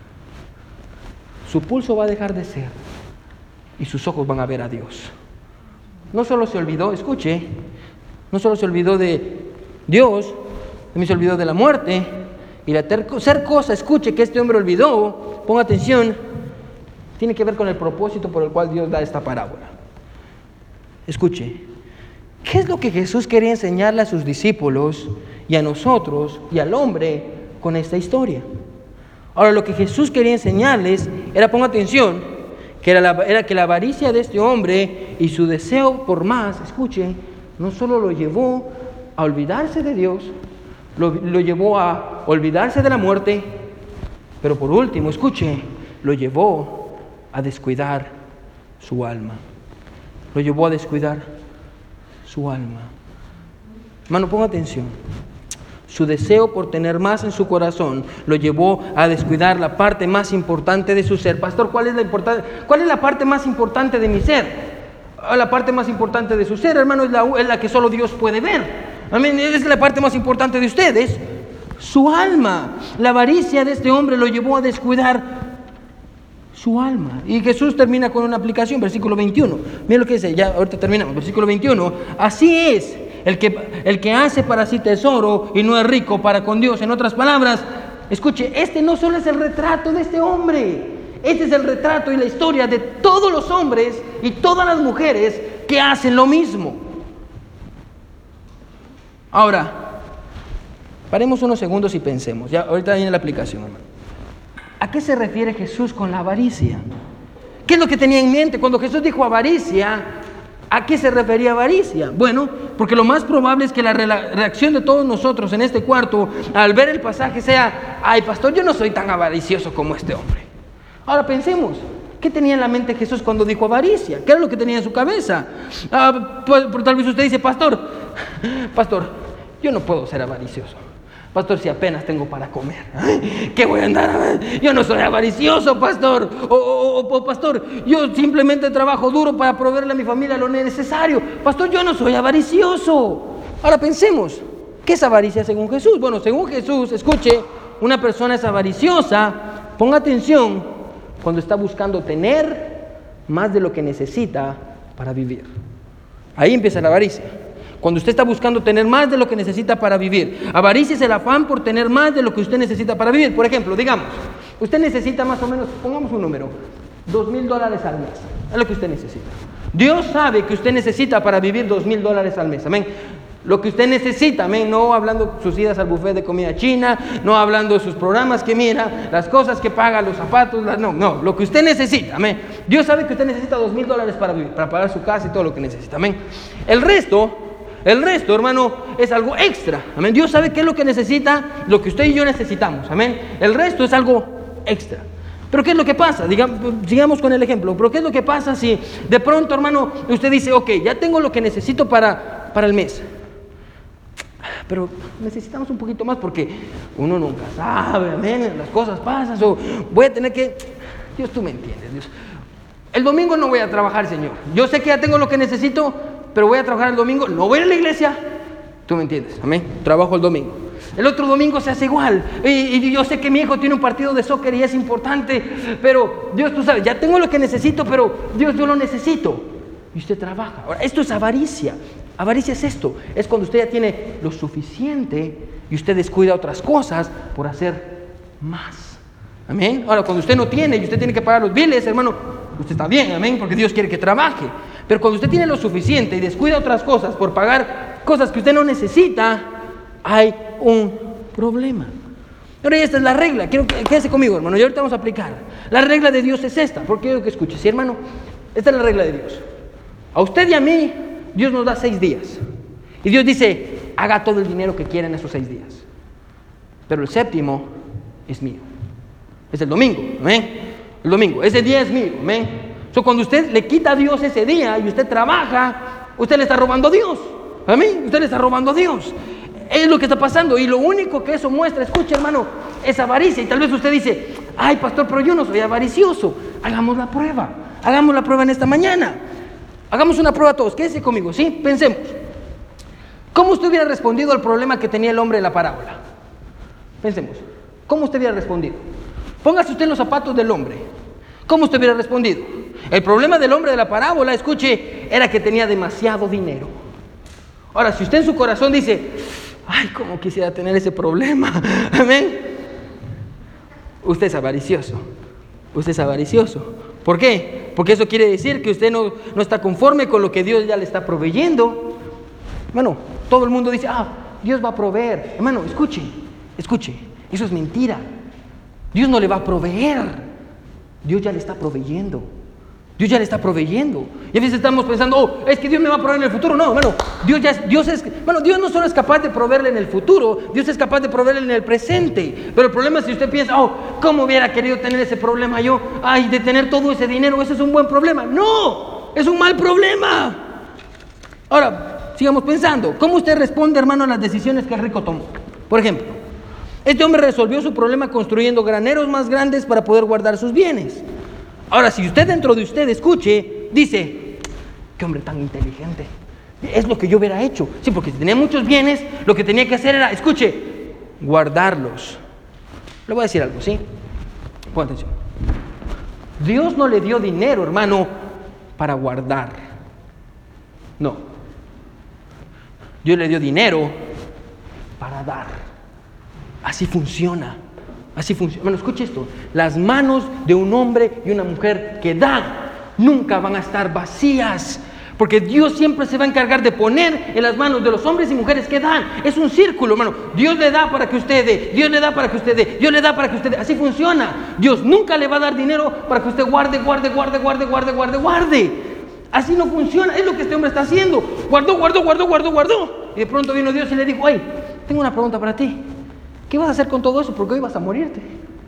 su pulso va a dejar de ser, y sus ojos van a ver a Dios. No solo se olvidó, escuche, no solo se olvidó de Dios, también se olvidó de la muerte. Y la tercera cosa, escuche, que este hombre olvidó, ponga atención, tiene que ver con el propósito por el cual Dios da esta parábola. Escuche, ¿qué es lo que Jesús quería enseñarle a sus discípulos y a nosotros y al hombre con esta historia? Ahora, lo que Jesús quería enseñarles era, ponga atención, que era que la avaricia de este hombre y su deseo por más, escuchen, no solo lo llevó a olvidarse de Dios, lo llevó a olvidarse de la muerte, pero por último, escuche, lo llevó a descuidar su alma. Lo llevó a descuidar su alma. Hermano, ponga atención. Su deseo por tener más en su corazón lo llevó a descuidar la parte más importante de su ser. Pastor, ¿cuál es la parte más importante de mi ser? La parte más importante de su ser, hermano, es la que solo Dios puede ver. Amén. Es la parte más importante de ustedes, su alma. La avaricia de este hombre lo llevó a descuidar su alma. Y Jesús termina con una aplicación, versículo 21. Mira lo que dice, ya ahorita terminamos, versículo 21. Así es el que hace para sí tesoro y no es rico para con Dios. En otras palabras, escuche, este no solo es el retrato de este hombre, este es el retrato y la historia de todos los hombres y todas las mujeres que hacen lo mismo. Ahora, paremos unos segundos y pensemos. Ya ahorita viene la aplicación, hermano. ¿A qué se refiere Jesús con la avaricia? ¿Qué es lo que tenía en mente cuando Jesús dijo avaricia? ¿A qué se refería avaricia? Bueno, porque lo más probable es que la reacción de todos nosotros en este cuarto al ver el pasaje sea: ay, pastor, yo no soy tan avaricioso como este hombre. Ahora pensemos, ¿qué tenía en la mente Jesús cuando dijo avaricia? ¿Qué era lo que tenía en su cabeza? Pues, tal vez usted dice: pastor, yo no puedo ser avaricioso. Pastor, si apenas tengo para comer, ¿qué voy a andar? Yo no soy avaricioso, pastor. O pastor, yo simplemente trabajo duro para proveerle a mi familia lo necesario. Pastor, yo no soy avaricioso. Ahora pensemos, ¿qué es avaricia según Jesús? Bueno, según Jesús, escuche, una persona es avariciosa, ponga atención, cuando está buscando tener más de lo que necesita para vivir. Ahí empieza la avaricia. Cuando usted está buscando tener más de lo que necesita para vivir. Avaricia es el afán por tener más de lo que usted necesita para vivir. Por ejemplo, digamos, usted necesita más o menos, pongamos un número, $2,000 al mes. Es lo que usted necesita. Dios sabe que usted necesita para vivir $2,000 al mes. Amén. Lo que usted necesita, amén. No hablando sus idas al buffet de comida china, no hablando de sus programas que mira, las cosas que paga, los zapatos, no, lo que usted necesita, amén. Dios sabe que usted necesita $2,000 para vivir, para pagar su casa y todo lo que necesita, amén. El resto, hermano, es algo extra. Amén. Dios sabe qué es lo que necesita, lo que usted y yo necesitamos. Amén. El resto es algo extra. Pero ¿qué es lo que pasa? Sigamos con el ejemplo. Pero ¿qué es lo que pasa si de pronto, hermano, usted dice: ok, ya tengo lo que necesito para el mes, pero necesitamos un poquito más porque uno nunca sabe, amén, las cosas pasan, o voy a tener que... Dios, tú me entiendes, Dios. El domingo no voy a trabajar, Señor. Yo sé que ya tengo lo que necesito, pero voy a trabajar el domingo, no voy a la iglesia. Tú me entiendes, amén. Trabajo el domingo. El otro domingo se hace igual. Y yo sé que mi hijo tiene un partido de soccer y es importante, pero Dios, tú sabes, ya tengo lo que necesito, pero Dios, yo lo necesito. Y usted trabaja. Ahora, esto es avaricia. Avaricia es esto. Es cuando usted ya tiene lo suficiente y usted descuida otras cosas por hacer más. Amén. Ahora, cuando usted no tiene y usted tiene que pagar los biles, hermano, usted está bien, amén, porque Dios quiere que trabaje. Pero cuando usted tiene lo suficiente y descuida otras cosas por pagar cosas que usted no necesita, hay un problema. Ahora, esta es la regla. Quiero que quédese conmigo, hermano, y ahorita vamos a aplicar. La regla de Dios es esta, porque quiero que escuche. Sí, hermano, esta es la regla de Dios. A usted y a mí, Dios nos da 6 días. Y Dios dice: haga todo el dinero que quiera en esos 6 días. Pero el séptimo es mío. Es el domingo, amén. El domingo, ese día es mío, amén. Cuando usted le quita a Dios ese día y usted trabaja, usted le está robando a Dios. Amén. Usted le está robando a Dios. Es lo que está pasando. Y lo único que eso muestra, escuche, hermano, es avaricia. Y tal vez usted dice: ay, pastor, pero yo no soy avaricioso. Hagamos la prueba. Hagamos la prueba en esta mañana. Hagamos una prueba todos. Quédese conmigo, ¿sí? Pensemos. ¿Cómo usted hubiera respondido al problema que tenía el hombre en la parábola? Pensemos. ¿Cómo usted hubiera respondido? Póngase usted en los zapatos del hombre. ¿Cómo usted hubiera respondido? El problema del hombre de la parábola, escuche, era que tenía demasiado dinero. Ahora, si usted en su corazón dice: ay, cómo quisiera tener ese problema, amén, usted es avaricioso. Usted es avaricioso. ¿Por qué? Porque eso quiere decir que usted no está conforme con lo que Dios ya le está proveyendo. Hermano, todo el mundo dice: Dios va a proveer. Hermano, escuche, eso es mentira. Dios no le va a proveer. Dios ya le está proveyendo. Dios ya le está proveyendo. Y a veces estamos pensando, oh, es que Dios me va a proveer en el futuro. No, hermano, Dios no solo es capaz de proveerle en el futuro, Dios es capaz de proveerle en el presente. Pero el problema es si usted piensa, oh, ¿cómo hubiera querido tener ese problema yo? Ay, de tener todo ese dinero, ese es un buen problema. No, es un mal problema. Ahora, sigamos pensando. ¿Cómo usted responde, hermano, a las decisiones que el rico tomó? Por ejemplo, este hombre resolvió su problema construyendo graneros más grandes para poder guardar sus bienes. Ahora, si usted dentro de usted escuche, dice, qué hombre tan inteligente, es lo que yo hubiera hecho. Sí, porque si tenía muchos bienes, lo que tenía que hacer era, escuche, guardarlos. Le voy a decir algo, ¿sí? Pon atención. Dios no le dio dinero, hermano, para guardar. No. Dios le dio dinero para dar. Así funciona. Así funciona. Bueno, escuche esto. Las manos de un hombre y una mujer que dan nunca van a estar vacías. Porque Dios siempre se va a encargar de poner en las manos de los hombres y mujeres que dan. Es un círculo, hermano. Dios le da para que usted dé. Dios le da para que usted dé. Dios le da para que usted dé. Así funciona. Dios nunca le va a dar dinero para que usted guarde. Así no funciona. Es lo que este hombre está haciendo. Guardó. Y de pronto vino Dios y le dijo, hey, tengo una pregunta para ti. ¿Qué vas a hacer con todo eso? Porque hoy vas a morirte.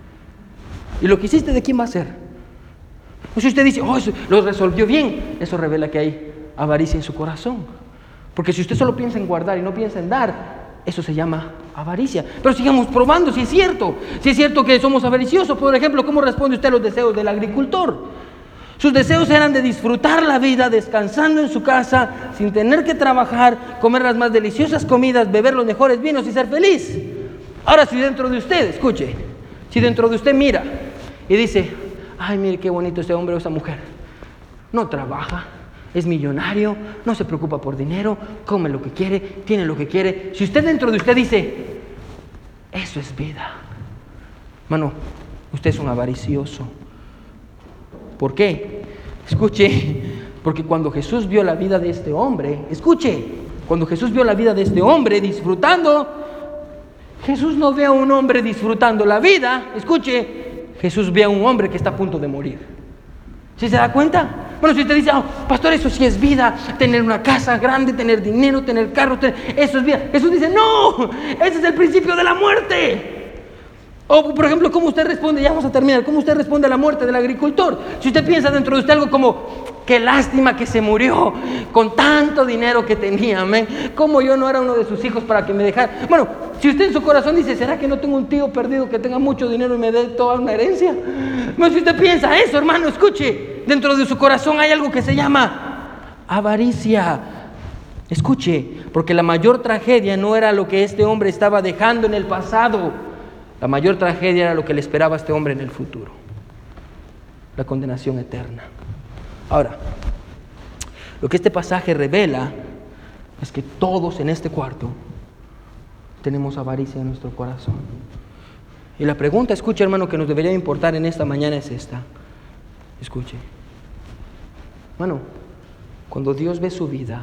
¿Y lo que hiciste de quién va a ser? O si usted dice, oh, eso lo resolvió bien, eso revela que hay avaricia en su corazón. Porque si usted solo piensa en guardar y no piensa en dar, eso se llama avaricia. Pero sigamos probando si es cierto. Si es cierto que somos avariciosos. Por ejemplo, ¿cómo responde usted a los deseos del agricultor? Sus deseos eran de disfrutar la vida descansando en su casa, sin tener que trabajar, comer las más deliciosas comidas, beber los mejores vinos y ser feliz. Ahora, si dentro de usted, escuche, si dentro de usted mira y dice, ay, mire qué bonito ese hombre o esa mujer, no trabaja, es millonario, no se preocupa por dinero, come lo que quiere, tiene lo que quiere. Si usted dentro de usted dice, eso es vida, hermano, usted es un avaricioso. ¿Por qué? Escuche, porque cuando Jesús vio la vida de este hombre, escuche, cuando Jesús vio la vida de este hombre disfrutando, Jesús no ve a un hombre disfrutando la vida, escuche, Jesús ve a un hombre que está a punto de morir. ¿Sí se da cuenta? Bueno, si usted dice, oh, pastor, eso sí es vida, tener una casa grande, tener dinero, tener carro, eso es vida. Jesús dice, no, ese es el principio de la muerte. O, por ejemplo, ¿cómo usted responde? Ya vamos a terminar. ¿Cómo usted responde a la muerte del agricultor? Si usted piensa dentro de usted algo como, qué lástima que se murió con tanto dinero que tenía, amén. ¿Cómo yo no era uno de sus hijos para que me dejara? Bueno, si usted en su corazón dice, ¿será que no tengo un tío perdido que tenga mucho dinero y me dé toda una herencia? Bueno, si usted piensa eso, hermano, escuche, dentro de su corazón hay algo que se llama avaricia. Escuche, porque la mayor tragedia no era lo que este hombre estaba dejando en el pasado. La mayor tragedia era lo que le esperaba a este hombre en el futuro. La condenación eterna. Ahora, lo que este pasaje revela es que todos en este cuarto tenemos avaricia en nuestro corazón. Y la pregunta, escuche, hermano, que nos debería importar en esta mañana es esta. Escuche. Hermano, cuando Dios ve su vida,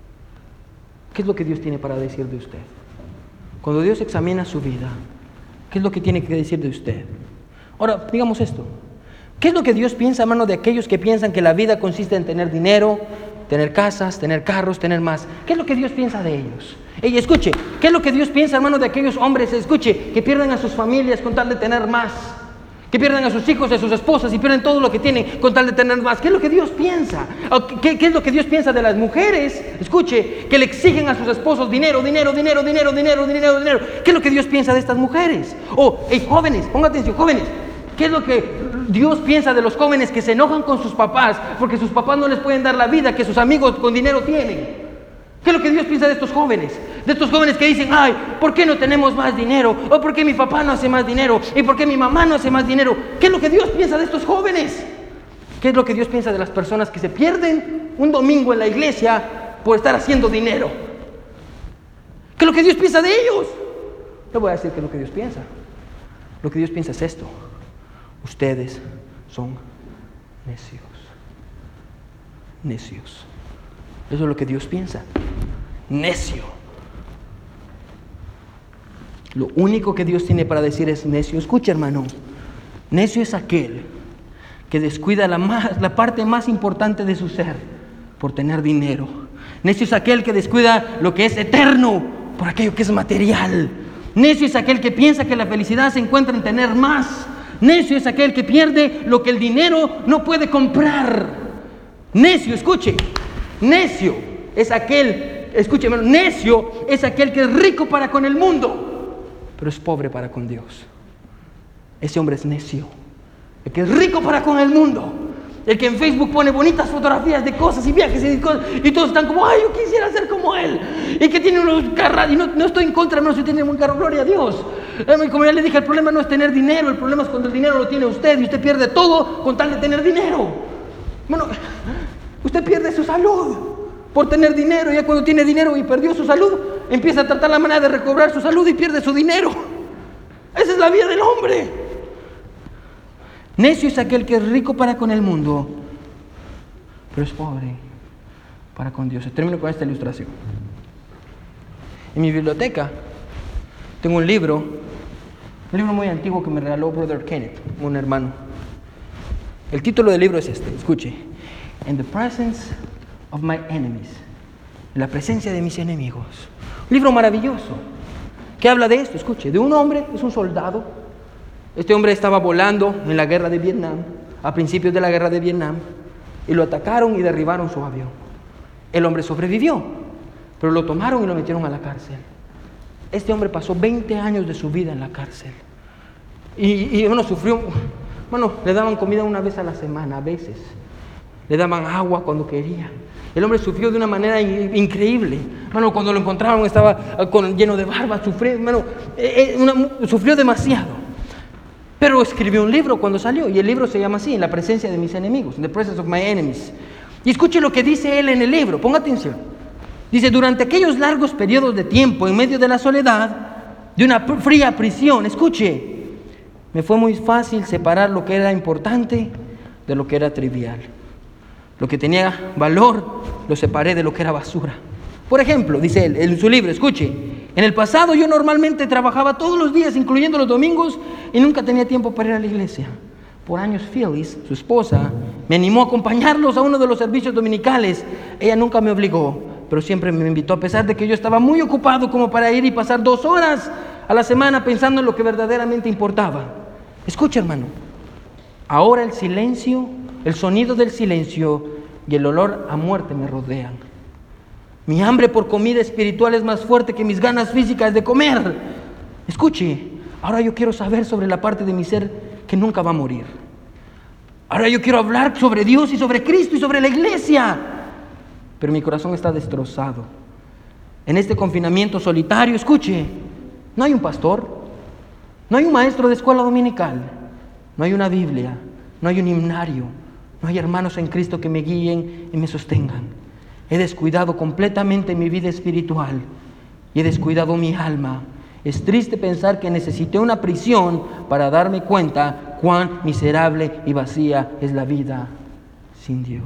¿qué es lo que Dios tiene para decir de usted? Cuando Dios examina su vida, ¿qué es lo que tiene que decir de usted? Ahora, digamos esto. ¿Qué es lo que Dios piensa, hermano, de aquellos que piensan que la vida consiste en tener dinero, tener casas, tener carros, tener más? ¿Qué es lo que Dios piensa de ellos? Y escuche, ¿qué es lo que Dios piensa, hermano, de aquellos hombres, escuche, que pierden a sus familias con tal de tener más? Que pierden a sus hijos, a sus esposas y pierden todo lo que tienen con tal de tener más. ¿Qué es lo que Dios piensa? ¿Qué es lo que Dios piensa de las mujeres? Escuche, que le exigen a sus esposos dinero. ¿Qué es lo que Dios piensa de estas mujeres? Jóvenes, pongan atención, jóvenes. ¿Qué es lo que Dios piensa de los jóvenes que se enojan con sus papás porque sus papás no les pueden dar la vida que sus amigos con dinero tienen? ¿Qué es lo que Dios piensa de estos jóvenes? De estos jóvenes que dicen, ay, ¿por qué no tenemos más dinero? ¿O por qué mi papá no hace más dinero? ¿Y por qué mi mamá no hace más dinero? ¿Qué es lo que Dios piensa de estos jóvenes? ¿Qué es lo que Dios piensa de las personas que se pierden un domingo en la iglesia por estar haciendo dinero? ¿Qué es lo que Dios piensa de ellos? Le voy a decir qué es lo que Dios piensa. Lo que Dios piensa es esto. Ustedes son necios. Necios. Eso es lo que Dios piensa. Necio. Lo único que Dios tiene para decir es necio. Escucha, hermano. Necio es aquel que descuida la parte más importante de su ser por tener dinero. Necio es aquel que descuida lo que es eterno por aquello que es material. Necio es aquel que piensa que la felicidad se encuentra en tener más. Necio es aquel que pierde lo que el dinero no puede comprar. Necio, escuche, necio es aquel, escúcheme, necio es aquel que es rico para con el mundo, pero es pobre para con Dios. Ese hombre es necio, el que es rico para con el mundo, el que en Facebook pone bonitas fotografías de cosas y viajes y cosas, y todos están como, ay, yo quisiera ser como él, y que tiene unos carros, y no estoy en contra, no, si tiene un carro, gloria a Dios. Como ya le dije, el problema no es tener dinero, el problema es cuando el dinero lo tiene usted y usted pierde todo con tal de tener dinero. Bueno, usted pierde su salud por tener dinero, y ya cuando tiene dinero y perdió su salud, empieza a tratar la manera de recobrar su salud y pierde su dinero. Esa es la vida del hombre. Necio es aquel que es rico para con el mundo, pero es pobre para con Dios. Termino con esta ilustración. En mi biblioteca tengo un libro muy antiguo que me regaló Brother Kenneth, un hermano. El título del libro es este, escuche: In the presence of my enemies, en la presencia de mis enemigos. Un libro maravilloso que habla de esto, escuche, de un hombre, es un soldado. Este hombre estaba volando en la guerra de Vietnam, a principios de la guerra de Vietnam, y lo atacaron y derribaron su avión. El hombre sobrevivió, pero lo tomaron y lo metieron a la cárcel. Este hombre pasó 20 años de su vida en la cárcel. Y sufrió, le daban comida una vez a la semana, a veces. Le daban agua cuando querían. El hombre sufrió de una manera increíble. Cuando lo encontraron estaba lleno de barba, sufrió demasiado. Pero escribió un libro cuando salió, y el libro se llama así, En la presencia de mis enemigos, In the presence of my enemies. Y escuche lo que dice él en el libro, ponga atención. Dice: durante aquellos largos periodos de tiempo, en medio de la soledad, de una fría prisión, escuche, me fue muy fácil separar lo que era importante de lo que era trivial. Lo que tenía valor, lo separé de lo que era basura. Por ejemplo, dice él en su libro, escuche: en el pasado yo normalmente trabajaba todos los días, incluyendo los domingos, y nunca tenía tiempo para ir a la iglesia. Por años Phyllis, su esposa, me animó a acompañarlos a uno de los servicios dominicales. Ella nunca me obligó, pero siempre me invitó, a pesar de que yo estaba muy ocupado como para ir y pasar 2 horas a la semana pensando en lo que verdaderamente importaba. Escucha, hermano, ahora el silencio, el sonido del silencio y el olor a muerte me rodean. Mi hambre por comida espiritual es más fuerte que mis ganas físicas de comer. Escuche, ahora yo quiero saber sobre la parte de mi ser que nunca va a morir. Ahora yo quiero hablar sobre Dios y sobre Cristo y sobre la iglesia. Pero mi corazón está destrozado. En este confinamiento solitario, escuche, no hay un pastor, no hay un maestro de escuela dominical, no hay una Biblia, no hay un himnario, no hay hermanos en Cristo que me guíen y me sostengan. He descuidado completamente mi vida espiritual y he descuidado mi alma. Es triste pensar que necesité una prisión para darme cuenta cuán miserable y vacía es la vida sin Dios.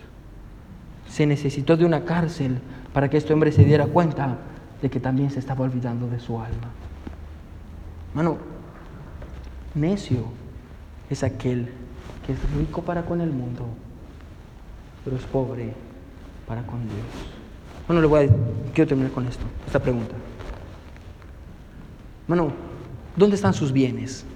Se necesitó de una cárcel para que este hombre se diera cuenta de que también se estaba olvidando de su alma. Hermano, necio es aquel que es rico para con el mundo, pero es pobre para con Dios. Quiero terminar con esta pregunta. Hermano, ¿dónde están sus bienes?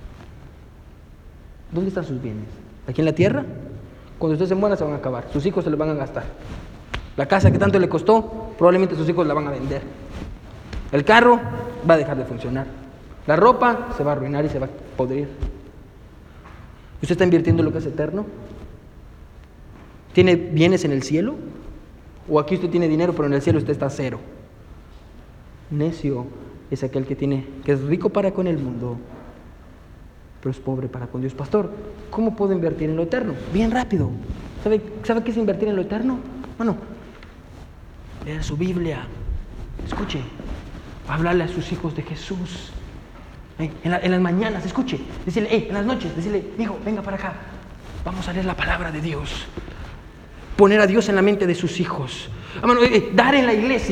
¿Dónde están sus bienes? ¿Aquí en la tierra? Cuando usted se muera se van a acabar, sus hijos se los van a gastar. La casa que tanto le costó, probablemente sus hijos la van a vender. El carro va a dejar de funcionar. La ropa se va a arruinar y se va a podrir. ¿Usted está invirtiendo en lo que es eterno? ¿Tiene bienes en el cielo? ¿O aquí usted tiene dinero, pero en el cielo usted está cero? Necio es aquel que es rico para con el mundo, pero es pobre para con Dios. Pastor, ¿cómo puedo invertir en lo eterno? Bien rápido. ¿Sabe qué es invertir en lo eterno? Bueno, leer su Biblia. Escuche, hablarle a sus hijos de Jesús. En las mañanas, escuche, decirle, en las noches, decirle, hijo, venga para acá, vamos a leer la palabra de Dios. Poner a Dios en la mente de sus hijos. Dar en la iglesia.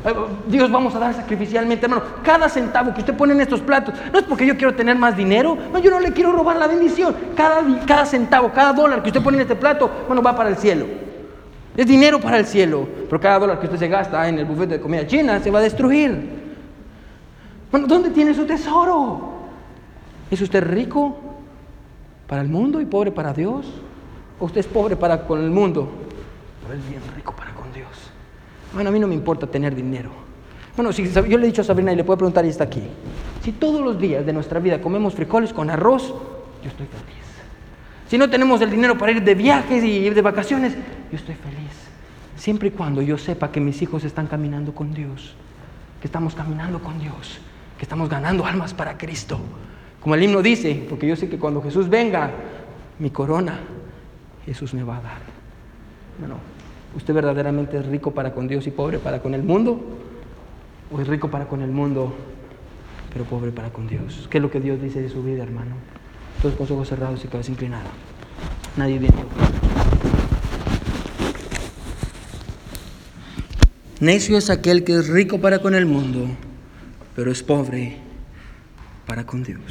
Dios, vamos a dar sacrificialmente, hermano. Cada centavo que usted pone en estos platos, no es porque yo quiero tener más dinero, no, yo no le quiero robar la bendición. Cada centavo, cada dólar que usted pone en este plato, bueno, va para el cielo. Es dinero para el cielo, pero cada dólar que usted se gasta en el buffet de comida china se va a destruir. Bueno, ¿dónde tiene su tesoro? ¿Es usted rico para el mundo y pobre para Dios? ¿O usted es pobre para con el mundo, pero es bien rico para con Dios? Bueno, a mí no me importa tener dinero. Bueno, si yo le he dicho a Sabrina y le puedo preguntar y está aquí. Si todos los días de nuestra vida comemos frijoles con arroz, yo estoy feliz. Si no tenemos el dinero para ir de viajes y ir de vacaciones, yo estoy feliz. Siempre y cuando yo sepa que mis hijos están caminando con Dios, que estamos caminando con Dios, que estamos ganando almas para Cristo. Como el himno dice, porque yo sé que cuando Jesús venga, mi corona Jesús me va a dar. Bueno, ¿usted verdaderamente es rico para con Dios y pobre para con el mundo? ¿O es rico para con el mundo, pero pobre para con Dios? ¿Qué es lo que Dios dice de su vida, hermano? Todos con los ojos cerrados y cabeza inclinada. Nadie viendo. Necio es aquel que es rico para con el mundo, pero es pobre para con Dios.